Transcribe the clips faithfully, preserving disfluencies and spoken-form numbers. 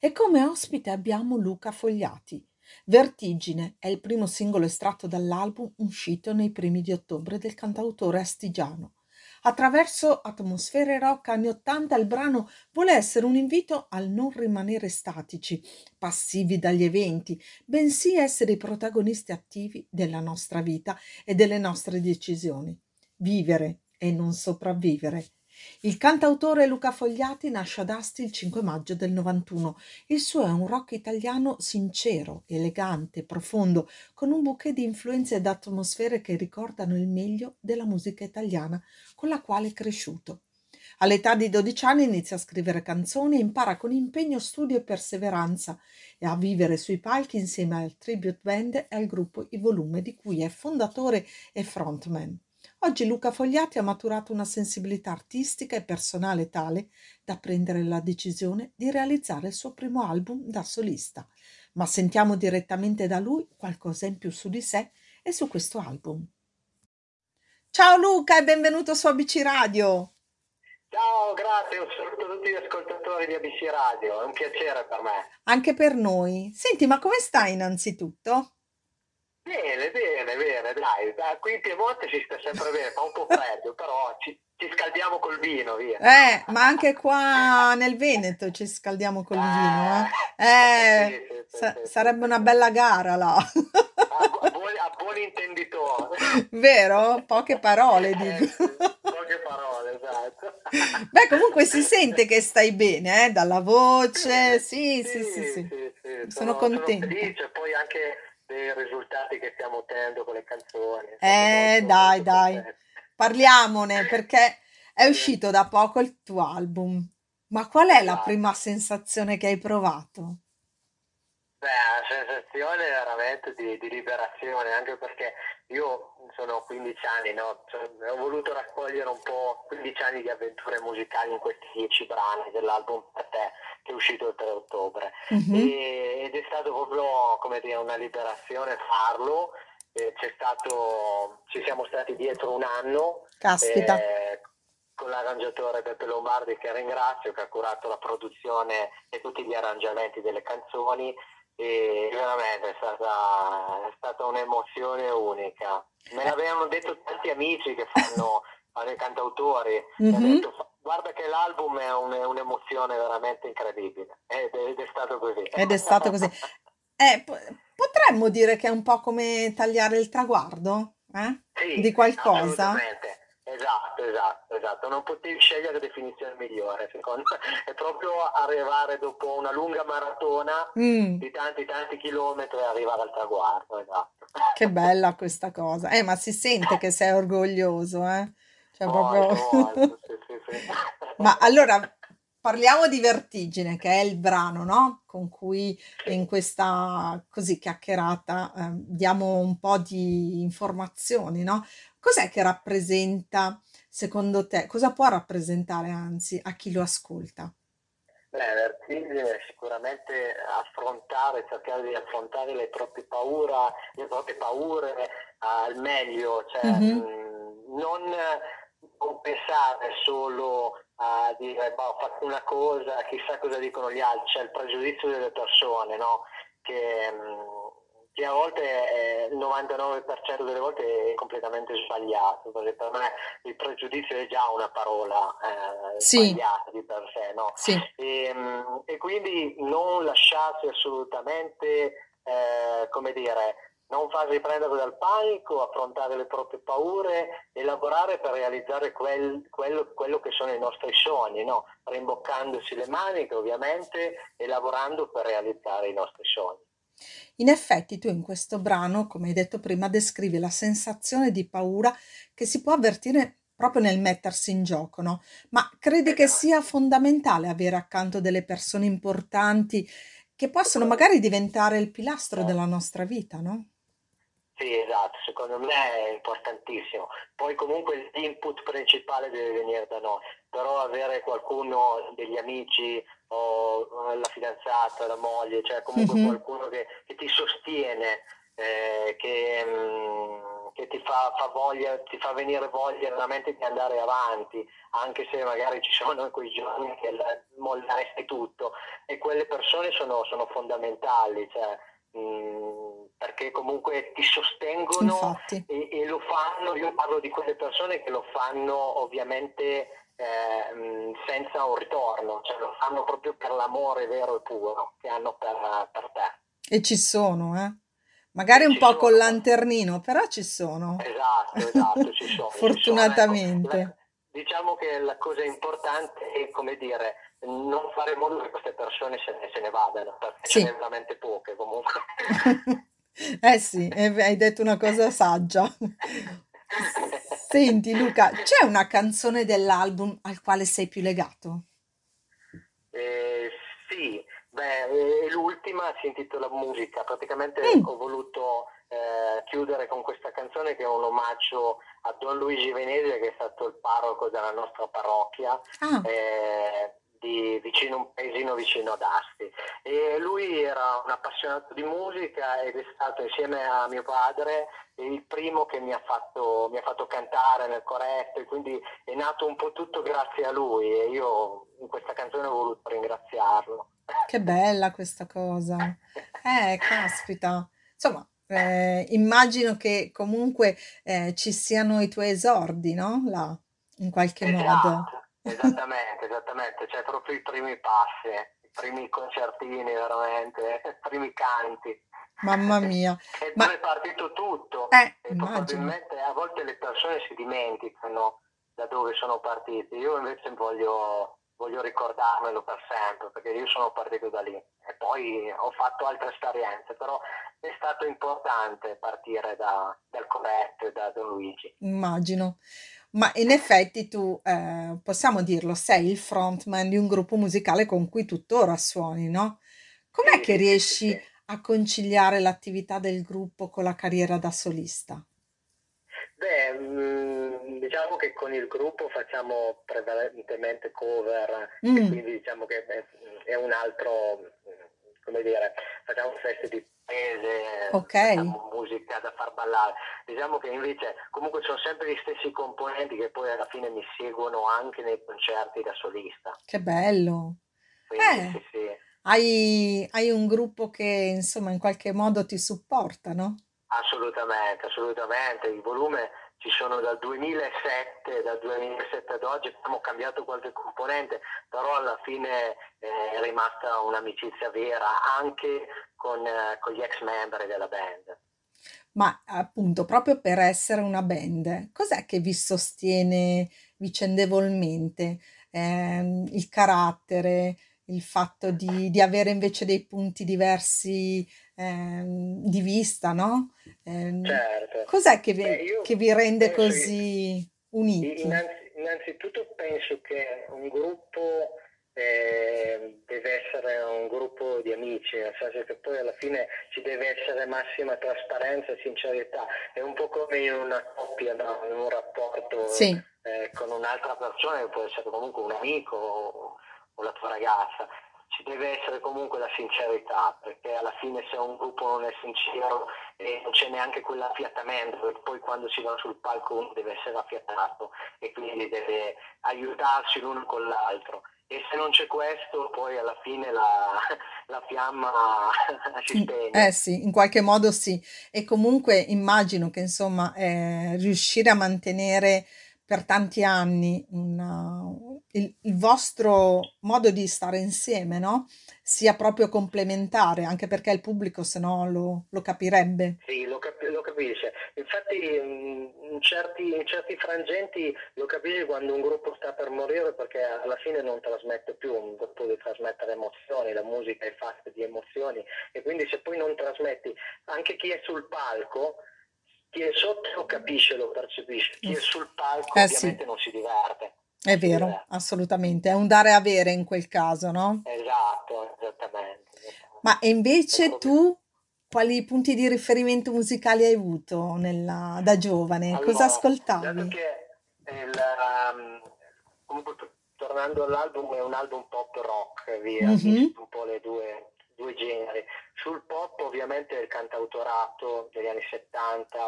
E come ospite abbiamo Luca Fogliati. Vertigine è il primo singolo estratto dall'album uscito nei primi di ottobre del cantautore astigiano. Attraverso atmosfere rock anni ottanta, il brano vuole essere un invito al non rimanere statici, passivi dagli eventi, bensì essere i protagonisti attivi della nostra vita e delle nostre decisioni. Vivere e non sopravvivere. Il cantautore Luca Fogliati nasce ad Asti il cinque maggio del novantuno. Il suo è un rock italiano sincero, elegante, profondo, con un bouquet di influenze ed atmosfere che ricordano il meglio della musica italiana con la quale è cresciuto. All'età di dodici anni inizia a scrivere canzoni e impara con impegno, studio e perseveranza e a vivere sui palchi insieme al tribute band e al gruppo I Volume, di cui è fondatore e frontman. Oggi Luca Fogliati ha maturato una sensibilità artistica e personale tale da prendere la decisione di realizzare il suo primo album da solista. Ma sentiamo direttamente da lui qualcosa in più su di sé e su questo album. Ciao Luca e benvenuto su A B C Radio. Ciao, grazie, un saluto a tutti gli ascoltatori di A B C Radio, è un piacere per me. Anche per noi. Senti, ma come stai innanzitutto? Bene, bene, bene, dai, da- qui in Piemonte si sta sempre bene, fa un po' freddo, però ci, ci scaldiamo col vino, via. Eh, ma anche qua nel Veneto ci scaldiamo col vino, eh? Eh, sì, Eh, sì, sì, sa- sì, sì, sarebbe sì, una sì. bella gara là. A, bu- a buon, a buon intenditore. Vero? Poche parole, dico. Eh sì, poche parole, esatto. Beh, comunque si sente che stai bene, eh? Dalla voce. Bene, Sì, sì, sì, sì, sì. sì, sì, Sono sono, sono contenta. felice, poi anche dei risultati che stiamo ottenendo con le canzoni, sono Eh, molto, dai, molto dai. contento. Parliamone perché è Eh, uscito da poco il tuo album. Ma qual è la esatto. prima sensazione che hai provato? Beh, è una sensazione veramente di, di liberazione, anche perché io sono quindici anni, no? Cioè, ho voluto raccogliere un po' quindici anni di avventure musicali in questi dieci brani dell'album Per te, che è uscito il tre ottobre. Mhm. E- ed è stato proprio, come dire, una liberazione farlo. Eh, c'è stato, ci siamo stati dietro un anno Caspita. eh, con l'arrangiatore Beppe Lombardi, che ringrazio, che ha curato la produzione e tutti gli arrangiamenti delle canzoni, e veramente è stata, è stata un'emozione unica. Me Eh, l'avevano detto tanti amici che fanno, fanno i cantautori, mi hanno mhm. detto "Fa- guarda che l'album è un- è un'emozione veramente incredibile", ed è, ed è stato così. Ed è stato così. Eh, po- potremmo dire che è un po' come tagliare il traguardo, eh? Sì, Di qualcosa? assolutamente. Esatto, esatto, esatto. Non potevi scegliere definizione migliore, secondo me. È proprio arrivare dopo una lunga maratona Mm. di tanti tanti chilometri e arrivare al traguardo, esatto. Che bella questa cosa. Eh, ma si sente che sei orgoglioso, eh? Cioè proprio... Molto, molto, sì, sì, sì. Ma allora parliamo di Vertigine, che è il brano, no? Con cui Sì. in questa così chiacchierata eh, diamo un po' di informazioni, no? Cos'è che rappresenta, secondo te, cosa può rappresentare anzi a chi lo ascolta? Beh, vertigine è sicuramente affrontare, cercare di affrontare le proprie paura, le proprie paure al meglio, cioè Mhm. mh, non, non pensare solo a dire "Boh, ho fatto una cosa, chissà cosa dicono gli altri", c'è il pregiudizio delle persone, no? Che, mh, che a volte, è, il novantanove per cento delle volte è completamente sbagliato, perché per me il pregiudizio è già una parola eh, Sì, sbagliata di per sé, no? sì. E, mh, e quindi non lasciarsi assolutamente, eh, come dire, non farsi prendere dal panico, affrontare le proprie paure e lavorare per realizzare quel- quello, quello che sono i nostri sogni, no? Rimboccandosi le maniche ovviamente e lavorando per realizzare i nostri sogni. In effetti tu in questo brano, come hai detto prima, descrivi la sensazione di paura che si può avvertire proprio nel mettersi in gioco, no? Ma credi che Esatto. sia fondamentale avere accanto delle persone importanti che possono magari diventare il pilastro della nostra vita, no? Sì, esatto, secondo me è importantissimo. Poi comunque l'input principale deve venire da noi, però avere qualcuno, degli amici o la fidanzata, la moglie, cioè comunque Mhm. qualcuno che, che ti sostiene, eh, che, mm, che ti fa, fa voglia, ti fa venire voglia veramente di andare avanti, anche se magari ci sono quei giorni che la- molleresti tutto, e quelle persone sono, sono fondamentali, cioè, mh, perché comunque ti sostengono Infatti. e, e lo fanno. Io parlo di quelle persone che lo fanno ovviamente eh, mh, senza un ritorno, cioè lo fanno proprio per l'amore vero e puro che hanno per, per te. E ci sono, eh. Magari E un ci po' col sono, poi- lanternino, però ci sono. esatto, esatto, ci sono, ci sono. Ecco, la- Fortunatamente. diciamo che la cosa importante è, come dire, non fare in modo che queste persone se ne, se ne vadano, perché ce n'è Sì. veramente poche comunque. Eh sì, eh, hai detto una cosa saggia. Senti Luca, c'è una canzone dell'album al quale sei più legato? Eh, sì, beh, e l'ultima si intitola Musica. Praticamente Mm. ho voluto eh, chiudere con questa canzone che è un omaggio a Don Luigi Venezia, che è stato il parroco della nostra parrocchia, Ah, eh, di vicino, un paesino vicino ad Asti. E lui era un appassionato di musica ed è stato, insieme a mio padre, il primo che mi ha fatto, mi ha fatto cantare nel coretto, e quindi è nato un po' tutto grazie a lui, e io in questa canzone ho voluto ringraziarlo. che bella questa cosa. Eh, caspita. Insomma, eh, immagino che comunque eh, ci siano i tuoi esordi, no? Là, in qualche modo. Esatto, esattamente, esattamente, cioè proprio i primi passi, i primi concertini veramente, i primi canti. Mamma mia. E Ma, dove è partito tutto, eh, e immagino. probabilmente a volte le persone si dimenticano da dove sono partiti. Io invece voglio, voglio ricordarmelo per sempre, perché io sono partito da lì e poi ho fatto altre esperienze, però è stato importante partire da- dal corretto e da Don Luigi. Immagino. Ma in effetti tu, eh, possiamo dirlo, sei il frontman di un gruppo musicale con cui tuttora suoni, no? Com'è Sì, che sì, sì, sì, sì. riesci a conciliare l'attività del gruppo con la carriera da solista? Beh, mh, diciamo che con il gruppo facciamo prevalentemente cover, e Mm, quindi diciamo che è, è un altro, mh, come dire, facciamo feste di paese, ok, facciamo musica da far ballare. Diciamo che invece comunque sono sempre gli stessi componenti che poi alla fine mi seguono anche nei concerti da solista. che bello. Quindi sì, Eh, sì. hai, hai un gruppo che insomma in qualche modo ti supporta, no? Assolutamente, assolutamente. Il volume ci sono dal duemilasette, dal duemilasette ad oggi abbiamo cambiato qualche componente, però alla fine eh, è rimasta un'amicizia vera anche con, eh, con gli ex membri della band. Ma appunto, proprio per essere una band, cos'è che vi sostiene vicendevolmente? Ehm, il carattere, il fatto di, di avere invece dei punti diversi, ehm, di vista, no? Ehm, Certo. cos'è che Beh, vi, che io vi rende penso, così uniti? innanzi- innanzitutto penso che un gruppo eh, deve essere un gruppo di amici, nel senso che poi alla fine ci deve essere massima trasparenza e sincerità. È un po' come in una coppia, no? In un rapporto Sì, eh, con un'altra persona, che può essere comunque un amico o, o la tua ragazza. Ci deve essere comunque la sincerità, perché alla fine se un gruppo non è sincero e non c'è neanche quell'affiatamento, perché poi quando si va sul palco uno deve essere affiatato e quindi deve aiutarsi l'uno con l'altro. E se non c'è questo, poi alla fine la, la fiamma si in- eh spegne. sì, in qualche modo sì. E comunque immagino che insomma eh, riuscire a mantenere per tanti anni una- il, il vostro modo di stare insieme, no? Sia proprio complementare, anche perché il pubblico se no lo, lo capirebbe. Sì, lo, cap- lo capisce. Infatti mh, in certi, in certi frangenti lo capisci quando un gruppo sta per morire, perché alla fine non trasmette più, un gruppo deve trasmettere emozioni, la musica è fatta di emozioni, e quindi se poi non trasmetti, anche chi è sul palco, chi è sotto lo capisce, lo percepisce, chi è Uff. sul palco Eh sì, ovviamente non si diverte, non è si vero, diverte. assolutamente. È un dare e avere in quel caso, no? Esatto, esattamente, Ma e esattamente. È invece proprio... tu quali punti di riferimento musicali hai avuto nella- da giovane? Cosa Allora, dato ascoltavi? che il, um, comunque t- tornando all'album, è un album pop rock, via, Mhm. misto un po' le due, due generi. Sul pop ovviamente il cantautorato degli anni settanta,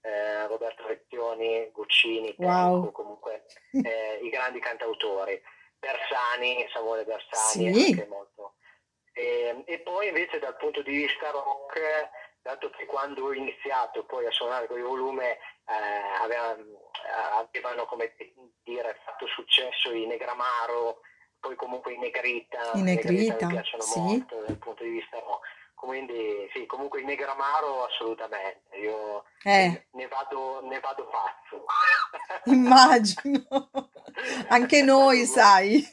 eh, Roberto Recchioni, Guccini, Tenco, Wow. comunque eh, i grandi cantautori. Bersani, Samuele Bersani è anche Sì, molto. E, e poi invece dal punto di vista rock, dato che quando ho iniziato poi a suonare con il volume eh, aveva- avevano come dire fatto successo i Negramaro, poi comunque i in Negrita, i Negrita mi negrita, piacciono sì. molto dal punto di vista rock. Quindi sì, comunque i Negramaro assolutamente, io Eh, ne ne vado, ne vado pazzo. immagino. Anche noi, Guarda, sai.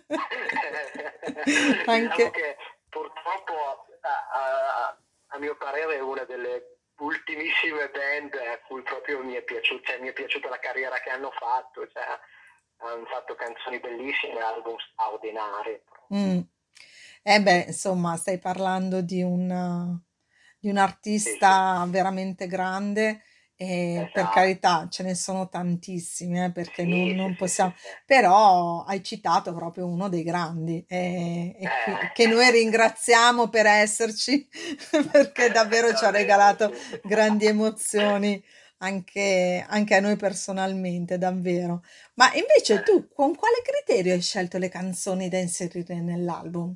diciamo Anche... che purtroppo a, a- a mio parere è una delle ultimissime band a cui proprio mi è piaciuta, cioè, mi è piaciuta la carriera che hanno fatto, cioè, hanno fatto canzoni bellissime, album straordinari. Mm. Eh beh, insomma, stai parlando di un, di un Sì, sì, artista veramente grande e per esatto. carità ce ne sono tantissimi, eh, perché non, Sì, sì, non sì, sì, possiamo... sì. Però hai citato proprio uno dei grandi e, e Eh, qui- che noi ringraziamo per esserci, perché davvero ci ha davvero, regalato sì, sì. grandi emozioni anche, anche a noi personalmente, davvero. Ma invece Eh, tu con quale criterio hai scelto le canzoni da inserire nell'album?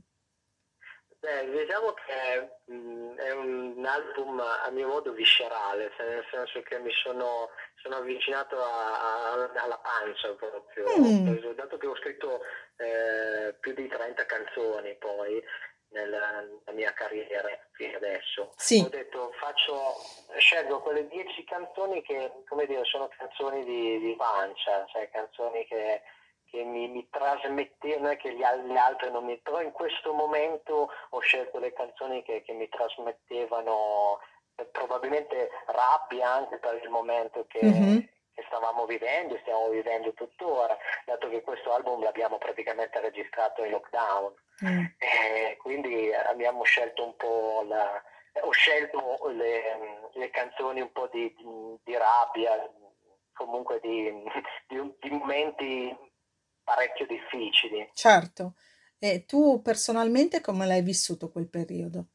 Beh, diciamo che mh, è un album a mio modo viscerale, cioè nel senso che mi sono, sono avvicinato a- a- alla pancia proprio, ho Mm, preso- dato che ho scritto eh, più di trenta canzoni poi nella, nella mia carriera fino adesso, ho sì, detto faccio, scelgo quelle dieci canzoni che, come dire, sono canzoni di, di pancia, cioè canzoni che che mi, mi trasmettevano, non è che gli al- le altre non mi... però in questo momento ho scelto le canzoni che, che mi trasmettevano eh, probabilmente rabbia anche per il momento mhm, che, che stavamo vivendo e stiamo vivendo tuttora, dato che questo album l'abbiamo praticamente registrato in lockdown. mm. E quindi abbiamo scelto un po' la... ho scelto le, le canzoni un po' di, di, di rabbia, comunque di, di, di momenti parecchio difficili. Certo. E tu personalmente come l'hai vissuto quel periodo?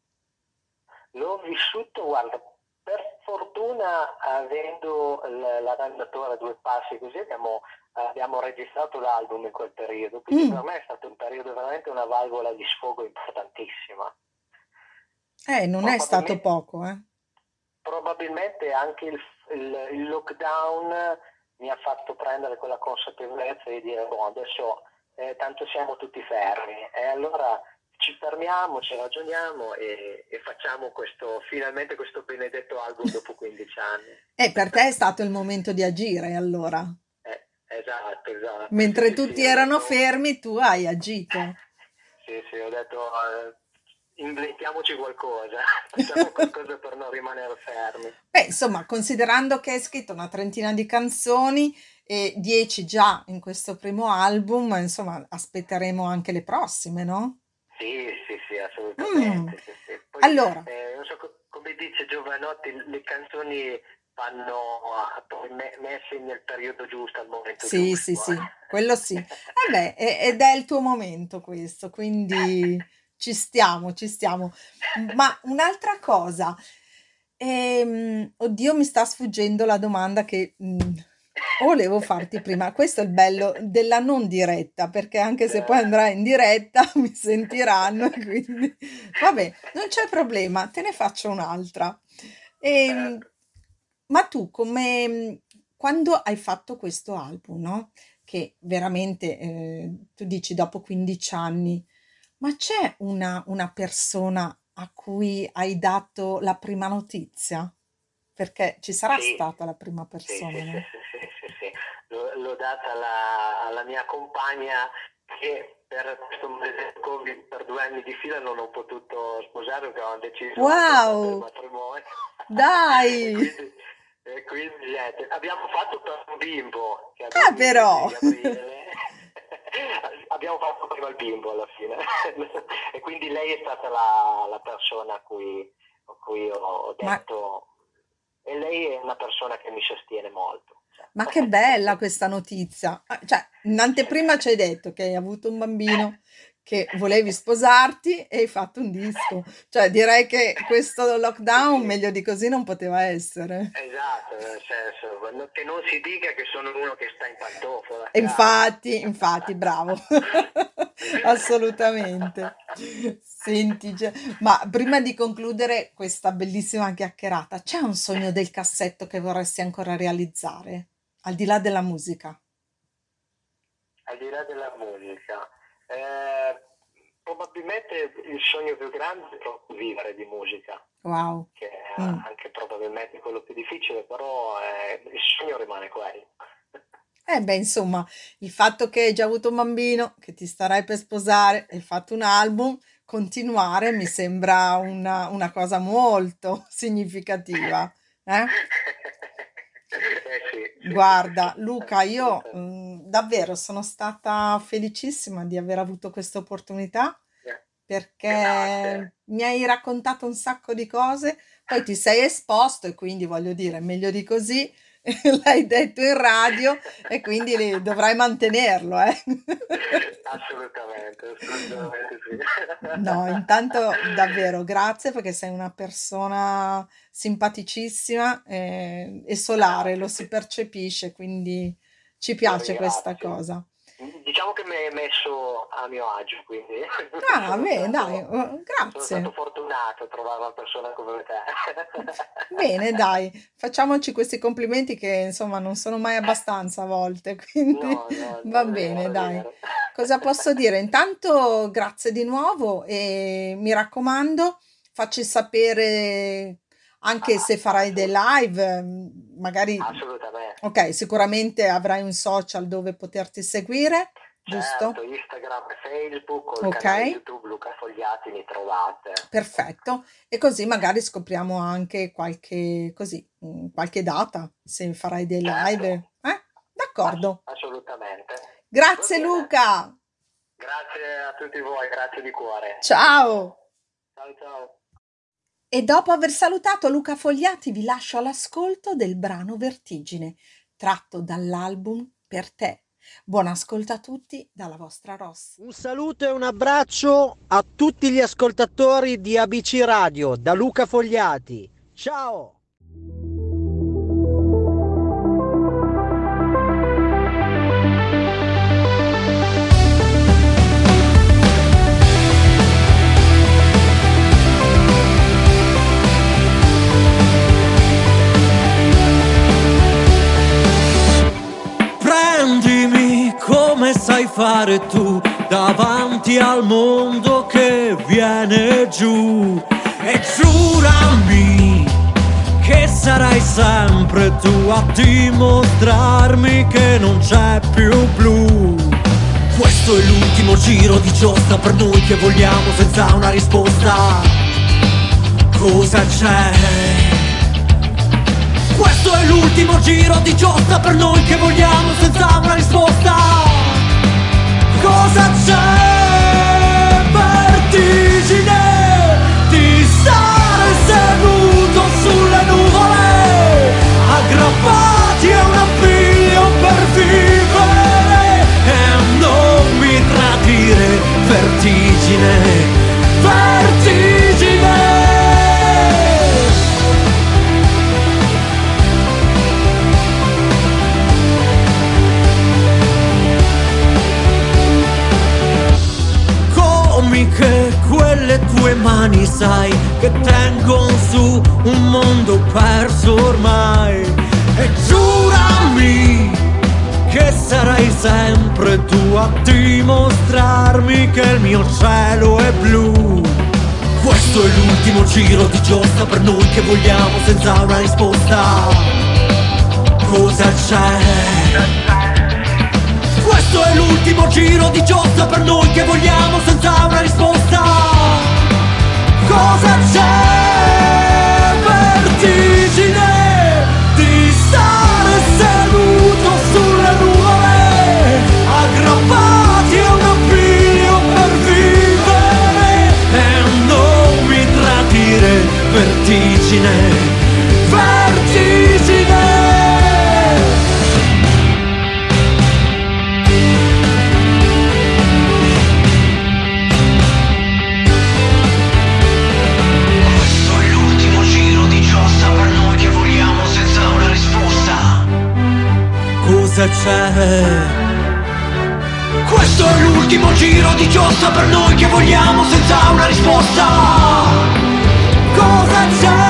L'ho vissuto, guarda, per fortuna avendo l- l'arrangiatore a due passi così abbiamo, abbiamo registrato l'album in quel periodo, quindi Mm, per me è stato un periodo veramente una valvola di sfogo importantissima. eh, non è stato Probabilmente, poco, eh. probabilmente anche il, il- il lockdown mi ha fatto prendere quella consapevolezza di dire, boh, adesso eh, tanto siamo tutti fermi e allora ci fermiamo, ci ragioniamo e, e facciamo questo, finalmente questo benedetto album dopo quindici anni. E per te è stato il momento di agire, allora. Eh, esatto, esatto, sì, Mentre sì, sì, tutti ho erano detto, fermi, tu hai agito. sì, sì, ho detto, eh, inventiamoci qualcosa, facciamo qualcosa per non rimanere fermi. Beh, insomma, considerando che hai scritto una trentina di canzoni e dieci già in questo primo album, insomma, aspetteremo anche le prossime, no? Sì, sì, sì, Mm. assolutamente. Sì, sì. Poi, Allora, eh, non so, co- come dice Giovanotti, le canzoni vanno ah, poi me- messe nel periodo giusto, al momento sì, sì, giusto. sì, quello sì. Eh beh, e- ed è il tuo momento questo, quindi ci stiamo, ci stiamo. Ma un'altra cosa, ehm, oddio, mi sta sfuggendo la domanda che mm, volevo farti prima. Questo è il bello della non diretta, perché anche se poi Eh. andrai in diretta mi sentiranno, e quindi vabbè, non c'è problema, te ne faccio un'altra. Ehm, Certo. ma tu come quando hai fatto questo album, no? Che veramente eh, tu dici dopo quindici anni, ma c'è una, una persona a cui hai dato la prima notizia? Perché ci sarà Sì, stata la prima sì, sì, persona, sì, no? sì, sì, sì, sì. L'ho, l'ho data alla, alla mia compagna che per questo maledetto Covid per due anni di fila non ho potuto sposare perché avevamo deciso altre date del Wow! matrimonio. E Dai! quindi, e quindi niente, abbiamo fatto per un bimbo che Ah, abbiamo invece però! Gabriele. Abbiamo fatto prima il bimbo alla fine. E quindi lei è stata la, la persona a cui, a cui ho Ma, detto, e lei è una persona che mi sostiene molto. Cioè. ma che bella questa notizia! Ah, cioè, in anteprima ci hai detto che hai avuto un bambino che volevi sposarti e hai fatto un disco. Cioè, direi che questo lockdown meglio di così non poteva essere. Esatto, nel senso, che non si dica che sono uno che sta in pantofole. Infatti, infatti, bravo. Assolutamente. Senti, ma prima di concludere questa bellissima chiacchierata, c'è un sogno del cassetto che vorresti ancora realizzare, al di là della musica? Al di là della musica, eh, probabilmente il sogno più grande è proprio vivere di musica. Wow. Che è Mm. anche probabilmente quello più difficile, però eh, il sogno rimane quello. Eh beh, insomma, il fatto che hai già avuto un bambino, che ti starai per sposare, hai fatto un album, continuare mi sembra una, una cosa molto significativa. Eh? Eh sì, sì, Guarda, sì, Luca, io assolutamente. mh, davvero sono stata felicissima di aver avuto questa opportunità perché Grazie. mi hai raccontato un sacco di cose, poi ti sei esposto e quindi voglio dire, meglio di così, l'hai detto in radio e quindi li- dovrai mantenerlo, eh. Assolutamente, assolutamente sì. No, intanto davvero grazie perché sei una persona simpaticissima eh, e solare, lo Grazie, si ti, percepisce, quindi ci ti piace questa ringrazio. cosa. Diciamo che mi hai messo a mio agio, quindi Ah, sono beh, dai, stato, oh, sono stato grazie. fortunato a trovare una persona come te. Bene, dai, facciamoci questi complimenti che insomma non sono mai abbastanza a volte, quindi No, no, no, va è bene, vero, è dai. vero. Cosa posso dire? Intanto grazie di nuovo e mi raccomando, facci sapere anche Ah, se farai dei assolut- live, mm, magari, assolutamente. ok, sicuramente avrai un social dove poterti seguire, Certo, giusto? Instagram e Facebook, col Ok. canale YouTube Luca Fogliati mi trovate. Perfetto, e così magari scopriamo anche qualche, così, mm, qualche data, se farai dei Certo, live. Eh? ass- D'accordo. assolutamente. Va Grazie bene. Luca. Grazie a tutti voi, grazie di cuore. Ciao. Ciao ciao. E dopo aver salutato Luca Fogliati vi lascio all'ascolto del brano Vertigine, tratto dall'album Per te. Buon ascolto a tutti dalla vostra Ross. Un saluto e un abbraccio a tutti gli ascoltatori di A B C Radio da Luca Fogliati. Ciao! Prendimi come sai fare tu davanti al mondo che viene giù e giurami che sarai sempre tu a dimostrarmi che non c'è più blu. Questo è l'ultimo giro di giostra per noi che vogliamo senza una risposta. Cosa c'è? Questo è l'ultimo giro di giostra per noi che vogliamo senza una risposta. Cosa c'è? Vertigine di stare seduto sulle nuvole, aggrappati a un appiglio per vivere e non mi tradire. Vertigine, vertigine. Che quelle tue mani sai che tengono su un mondo perso ormai. E giurami che sarai sempre tu a dimostrarmi che il mio cielo è blu. Questo è l'ultimo giro di giostra per noi che vogliamo senza una risposta. Cosa c'è? Questo è l'ultimo giro di giostra per noi che vogliamo senza una risposta. Cosa c'è? Vertigine di stare seduto sulle nuvole, aggrappati a un appiglio per vivere e non mi tradire. Vertigine, vertigine. l'ultimo giro di giostra per noi che vogliamo senza una risposta. Cosa c'è?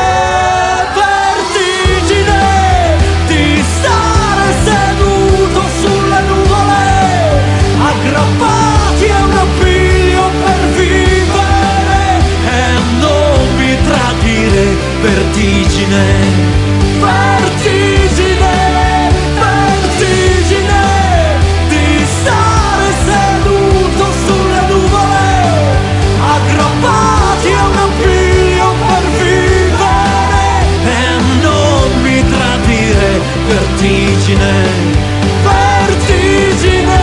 Vertigine di stare seduto sulle nuvole, aggrappati a un appiglio per vivere e non mi tradire. Vertigine, vertigine, vertigine di stare seduto sulle nuvole, aggrappati a un appiglio per vivere e non mi tradire. Vertigine, vertigine.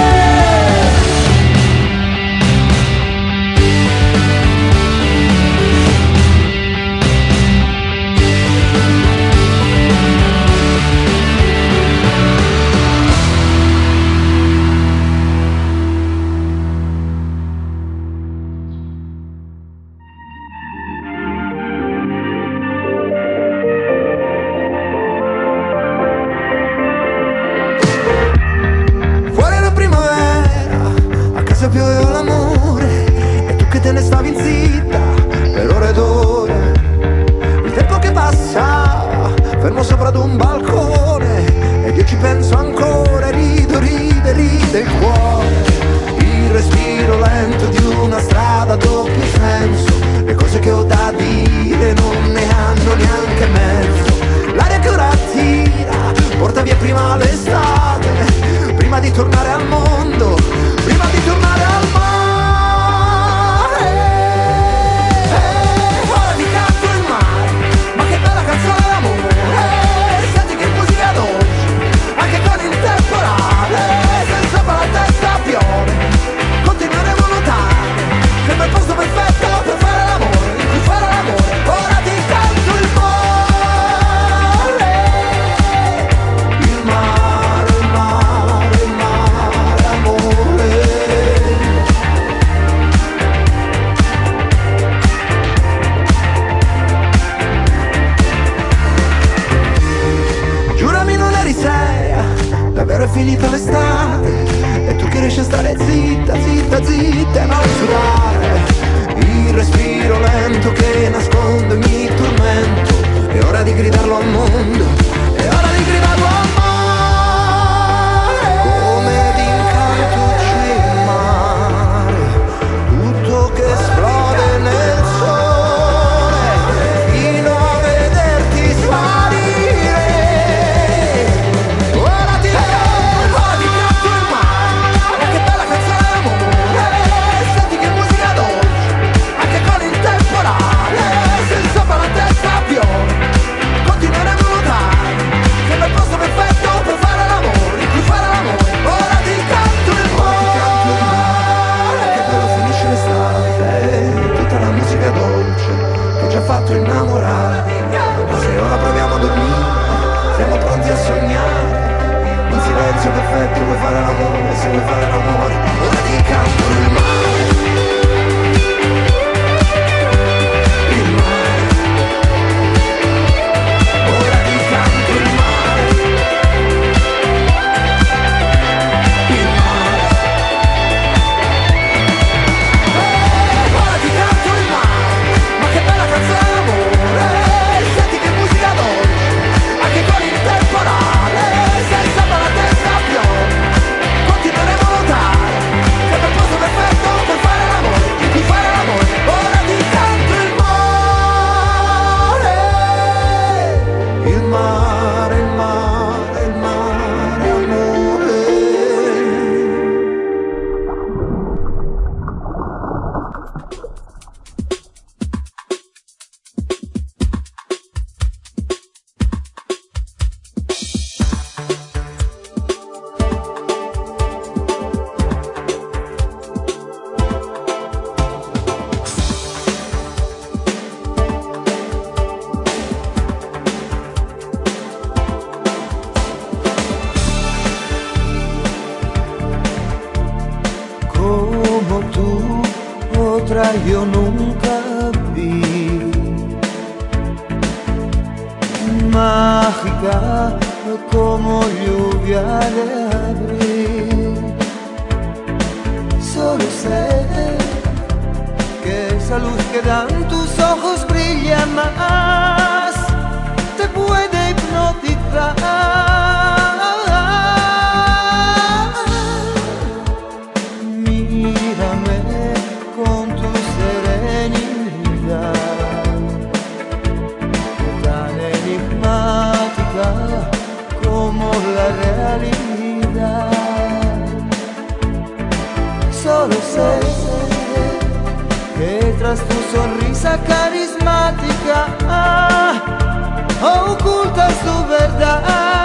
Pioveva l'amore e tu che te ne stavi zitta per ore ed ore. Il tempo che passava fermo sopra ad un balcone ed io ci penso ancora e rido, ride, ride il cuore. Il respiro lento di una strada a doppio senso, le cose che ho da dire non ne hanno neanche mezzo. L'aria che ora tira porta via prima l'estate, prima di tornare al mondo, prima di tornare al mare. Eh, ora ti canto il mare, ma che bella canzone d'amore. Senti che musica dolce, anche con il temporale. Se sopra la testa piove, continueremo a nuotare, che è il posto perfetto per fare l'amore, in cui fare l'amore. Ora ti canto il mare, il mare, il mare, il mare, amore. Giurami non eri seria, davvero è finita l'estate e tu che riesci a stare zitta, zitta, zitta e non sudare. Il respiro lento che nasconde ogni tormento, è ora di gridarlo al mondo, è ora di gridarlo al mare. Come d'incanto c'è il mare, tutto che esplode nel sole, fino a vederti sparire. Ora ti ora ti canto il mare, ma che bella canzone d'amore. Senti che musica dolce, anche con il temporale. Se sopra la testa piove, continueremo a nuotare, che è il posto perfetto per fare l'amore, in cui fare l'amore. Ora ti canto il mare, che bello finisce l'estate, tutta la musica dolce che ci ha fatto innamorare. Ma se ora proviamo a dormire, siamo pronti a sognare, un silenzio perfetto per fare l'amore, se vuoi fare l'amore. Ora ti canto il mare, il mare. Ora ti canto il mare, il mare. Eh, ora ti canto il mare, ma che bella canzone d'amore. Senti che musica dolce, anche con il temporale. Se sopra la testa piove, continueremo a nuotare, che è il posto perfetto per fare l'amore, in cui fare l'amore. Ora ti canto il mare, il mare, il mare, il mare, amore. Como tú, otra yo nunca vi, mágica como lluvia de abril. Solo sé que esa luz que dan tus ojos brilla más, te puede hipnotizar. Mírame con tu serenidad, tan enigmática como la realidad. Solo sé que tras tu sonrisa carismática ocultas tu verdad.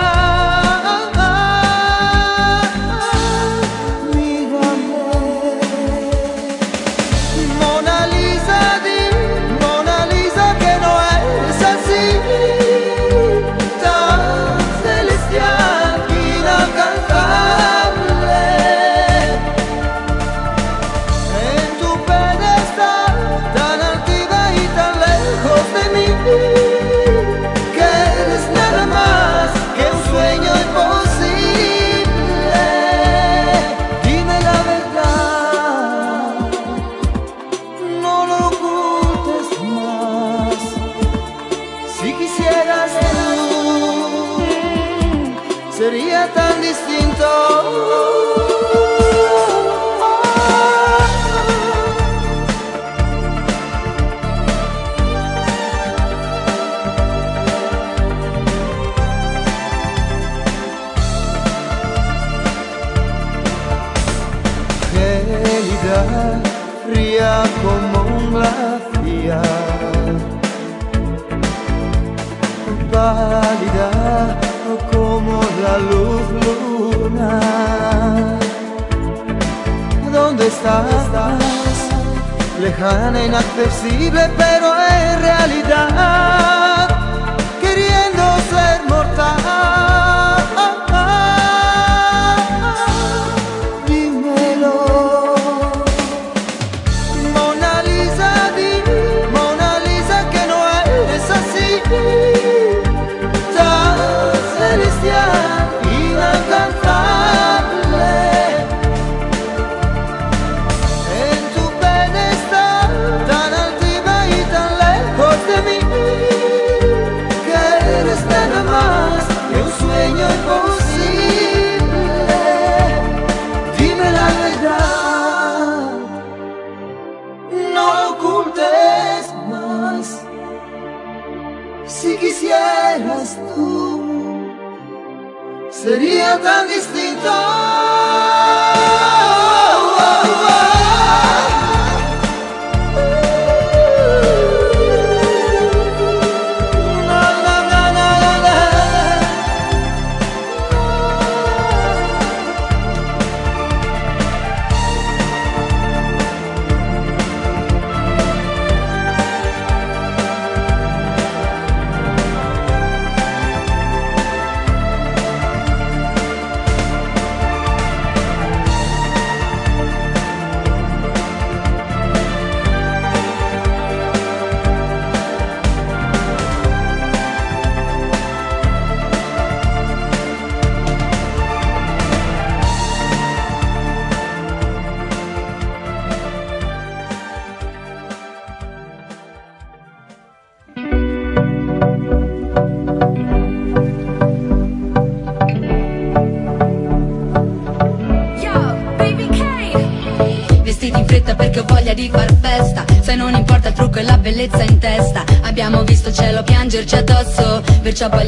Mírame, Mona Lisa, di, Mona Lisa que no es así, tan celestial, inalcanzable. En tu pedestal, tan altiva y tan lejos de mí, que eres nada más que un sueño imposible. Dime la verdad, no lo ocultes más. Si quisieras tú, sería tan distinto. Gélida, fría como un glaciar, pálida como la luz lunar. ¿Dónde estás? Lejana, inaccesible, pero en realidad queriendo ser mortal. Dímelo, Mona Lisa, di, Mona Lisa que no eres así, tan celestial, inalcanzable. En tu pedestal, tan altiva y tan lejos de mí, que eres nada más que un sueño imposible. Dime la verdad, no lo ocultes más. Si quisieras tú, sería tan distinto. Na, na, na, na, na, na. Vestiti in fretta perché ho voglia di far festa. Se non importa il trucco e la bellezza in testa. Abbiamo visto il cielo piangerci addosso, perciò poi